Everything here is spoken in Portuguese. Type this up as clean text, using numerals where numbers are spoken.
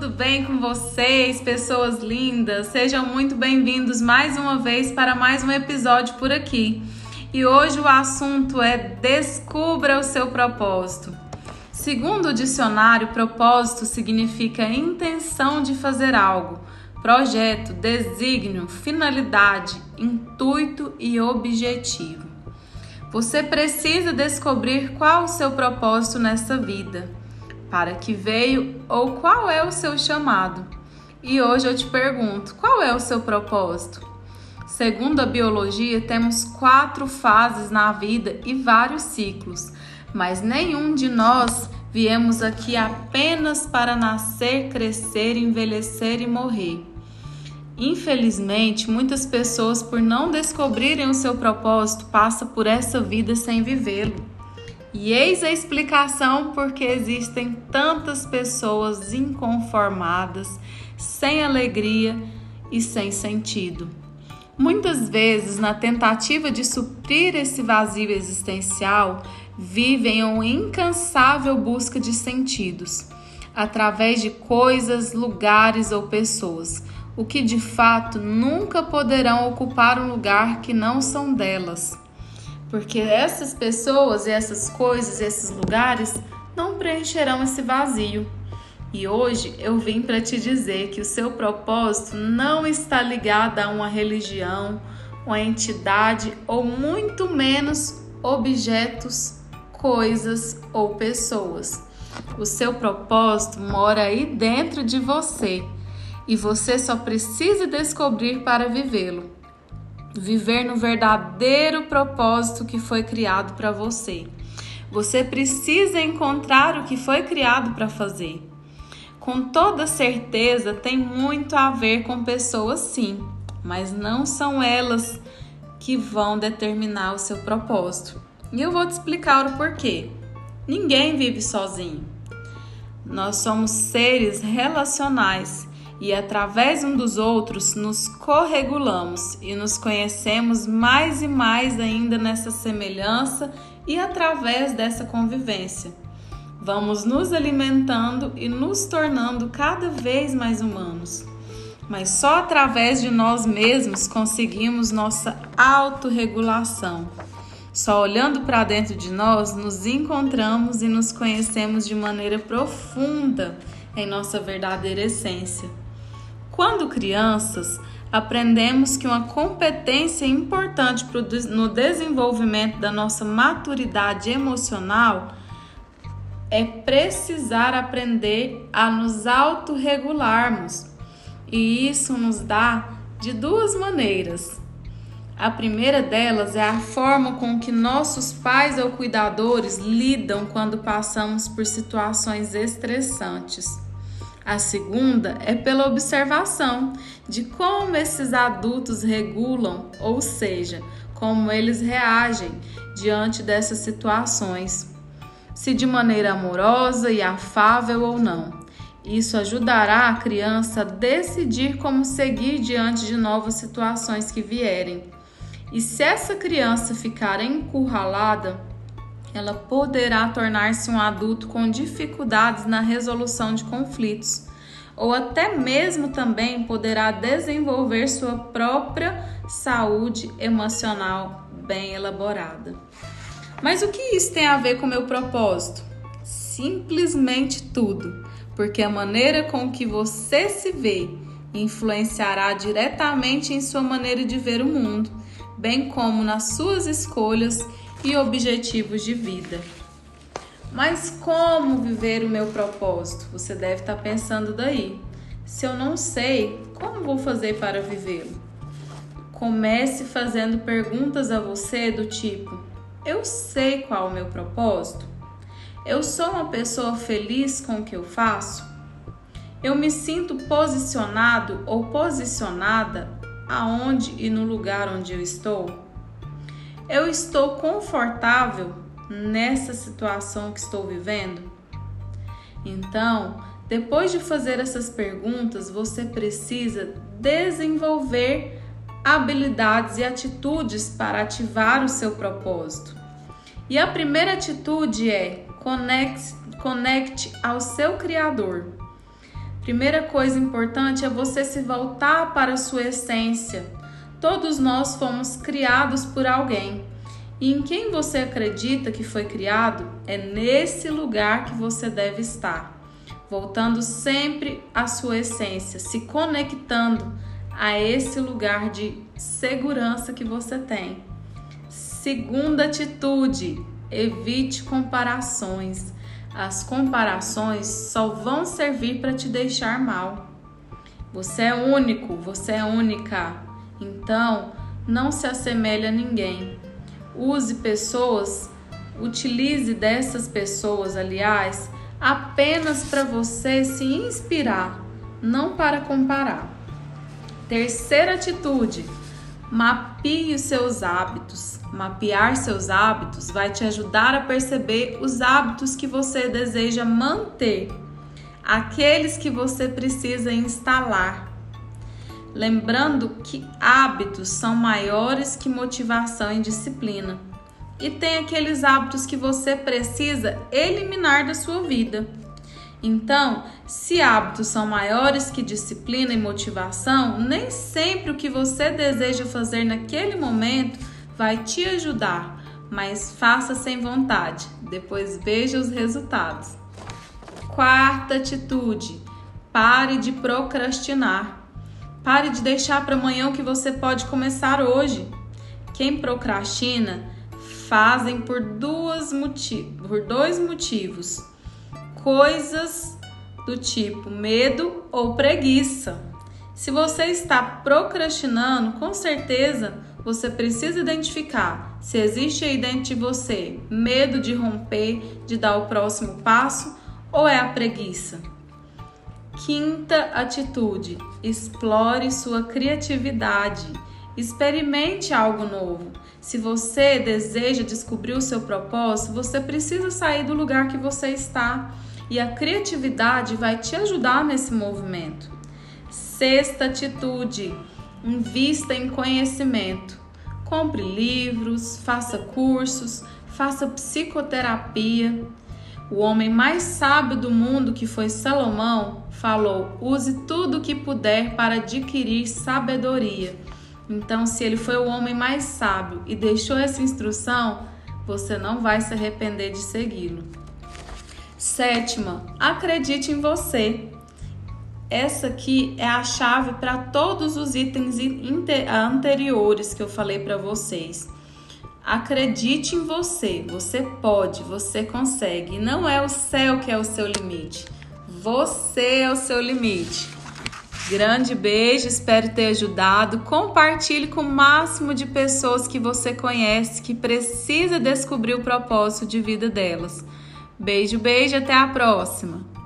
tudo bem com vocês, pessoas lindas? Sejam muito bem-vindos mais uma vez para mais um episódio por aqui. E hoje o assunto é Descubra o seu propósito. Segundo o dicionário, propósito significa intenção de fazer algo, projeto, desígnio, finalidade, intuito e objetivo. Você precisa descobrir qual o seu propósito nessa vida, para que veio ou qual é o seu chamado. E hoje eu te pergunto, qual é o seu propósito? Segundo a biologia, temos 4 fases na vida e vários ciclos, mas nenhum de nós viemos aqui apenas para nascer, crescer, envelhecer e morrer. Infelizmente, muitas pessoas, por não descobrirem o seu propósito, passam por essa vida sem vivê-lo. E eis a explicação porque existem tantas pessoas inconformadas, sem alegria e sem sentido. Muitas vezes, na tentativa de suprir esse vazio existencial, vivem uma incansável busca de sentidos, através de coisas, lugares ou pessoas, o que de fato nunca poderão ocupar um lugar que não são delas. Porque essas pessoas, essas coisas, esses lugares não preencherão esse vazio. E hoje eu vim para te dizer que o seu propósito não está ligado a uma religião, uma entidade ou muito menos objetos, coisas ou pessoas. O seu propósito mora aí dentro de você e você só precisa descobrir para vivê-lo. Viver no verdadeiro propósito que foi criado para você. Você precisa encontrar o que foi criado para fazer. Com toda certeza tem muito a ver com pessoas, sim, mas não são elas que vão determinar o seu propósito. E eu vou te explicar o porquê. Ninguém vive sozinho. Nós somos seres relacionais. E através um dos outros nos corregulamos e nos conhecemos mais e mais ainda nessa semelhança e através dessa convivência. Vamos nos alimentando e nos tornando cada vez mais humanos. Mas só através de nós mesmos conseguimos nossa autorregulação. Só olhando para dentro de nós nos encontramos e nos conhecemos de maneira profunda em nossa verdadeira essência. Quando crianças, aprendemos que uma competência importante no desenvolvimento da nossa maturidade emocional é precisar aprender a nos autorregularmos. E isso nos dá de 2 maneiras. A primeira delas é a forma com que nossos pais ou cuidadores lidam quando passamos por situações estressantes. A segunda é pela observação de como esses adultos regulam, ou seja, como eles reagem diante dessas situações, se de maneira amorosa e afável ou não. Isso ajudará a criança a decidir como seguir diante de novas situações que vierem. E se essa criança ficar encurralada, ela poderá tornar-se um adulto com dificuldades na resolução de conflitos, ou até mesmo também poderá desenvolver sua própria saúde emocional bem elaborada. Mas o que isso tem a ver com o meu propósito? Simplesmente tudo, porque a maneira com que você se vê influenciará diretamente em sua maneira de ver o mundo, bem como nas suas escolhas e objetivos de vida. Mas como viver o meu propósito? Você deve estar pensando daí. Se eu não sei, como vou fazer para vivê-lo? Comece fazendo perguntas a você do tipo: eu sei qual é o meu propósito? Eu sou uma pessoa feliz com o que eu faço? Eu me sinto posicionado ou posicionada aonde e no lugar onde eu estou? Eu estou confortável nessa situação que estou vivendo? Então, depois de fazer essas perguntas, você precisa desenvolver habilidades e atitudes para ativar o seu propósito. E a primeira atitude é conecte ao seu Criador. Primeira coisa importante é você se voltar para a sua essência. Todos nós fomos criados por alguém. E em quem você acredita que foi criado, é nesse lugar que você deve estar. Voltando sempre à sua essência, se conectando a esse lugar de segurança que você tem. Segunda atitude, evite comparações. As comparações só vão servir para te deixar mal. Você é único, você é única. Então, não se assemelhe a ninguém. Utilize dessas pessoas, aliás, apenas para você se inspirar, não para comparar. Terceira atitude, mapeie os seus hábitos. Mapear seus hábitos vai te ajudar a perceber os hábitos que você deseja manter, aqueles que você precisa instalar. Lembrando que hábitos são maiores que motivação e disciplina. E tem aqueles hábitos que você precisa eliminar da sua vida. Então, se hábitos são maiores que disciplina e motivação, nem sempre o que você deseja fazer naquele momento vai te ajudar, mas faça sem vontade, depois veja os resultados. Quarta atitude, pare de procrastinar. Pare de deixar para amanhã o que você pode começar hoje. Quem procrastina fazem por dois motivos. Coisas do tipo medo ou preguiça. Se você está procrastinando, com certeza você precisa identificar se existe aí dentro de você medo de romper, de dar o próximo passo, ou é a preguiça. Quinta atitude, explore sua criatividade. Experimente algo novo. Se você deseja descobrir o seu propósito, você precisa sair do lugar que você está. E a criatividade vai te ajudar nesse movimento. Sexta atitude, invista em conhecimento. Compre livros, faça cursos, faça psicoterapia. O homem mais sábio do mundo, que foi Salomão, falou: use tudo o que puder para adquirir sabedoria. Então, se ele foi o homem mais sábio e deixou essa instrução, você não vai se arrepender de segui-lo. Sétima, acredite em você. Essa aqui é a chave para todos os itens anteriores que eu falei para vocês. Acredite em você. Você pode, você consegue. E não é o céu que é o seu limite. Você é o seu limite. Grande beijo, espero ter ajudado. Compartilhe com o máximo de pessoas que você conhece que precisa descobrir o propósito de vida delas. Beijo, beijo, até a próxima!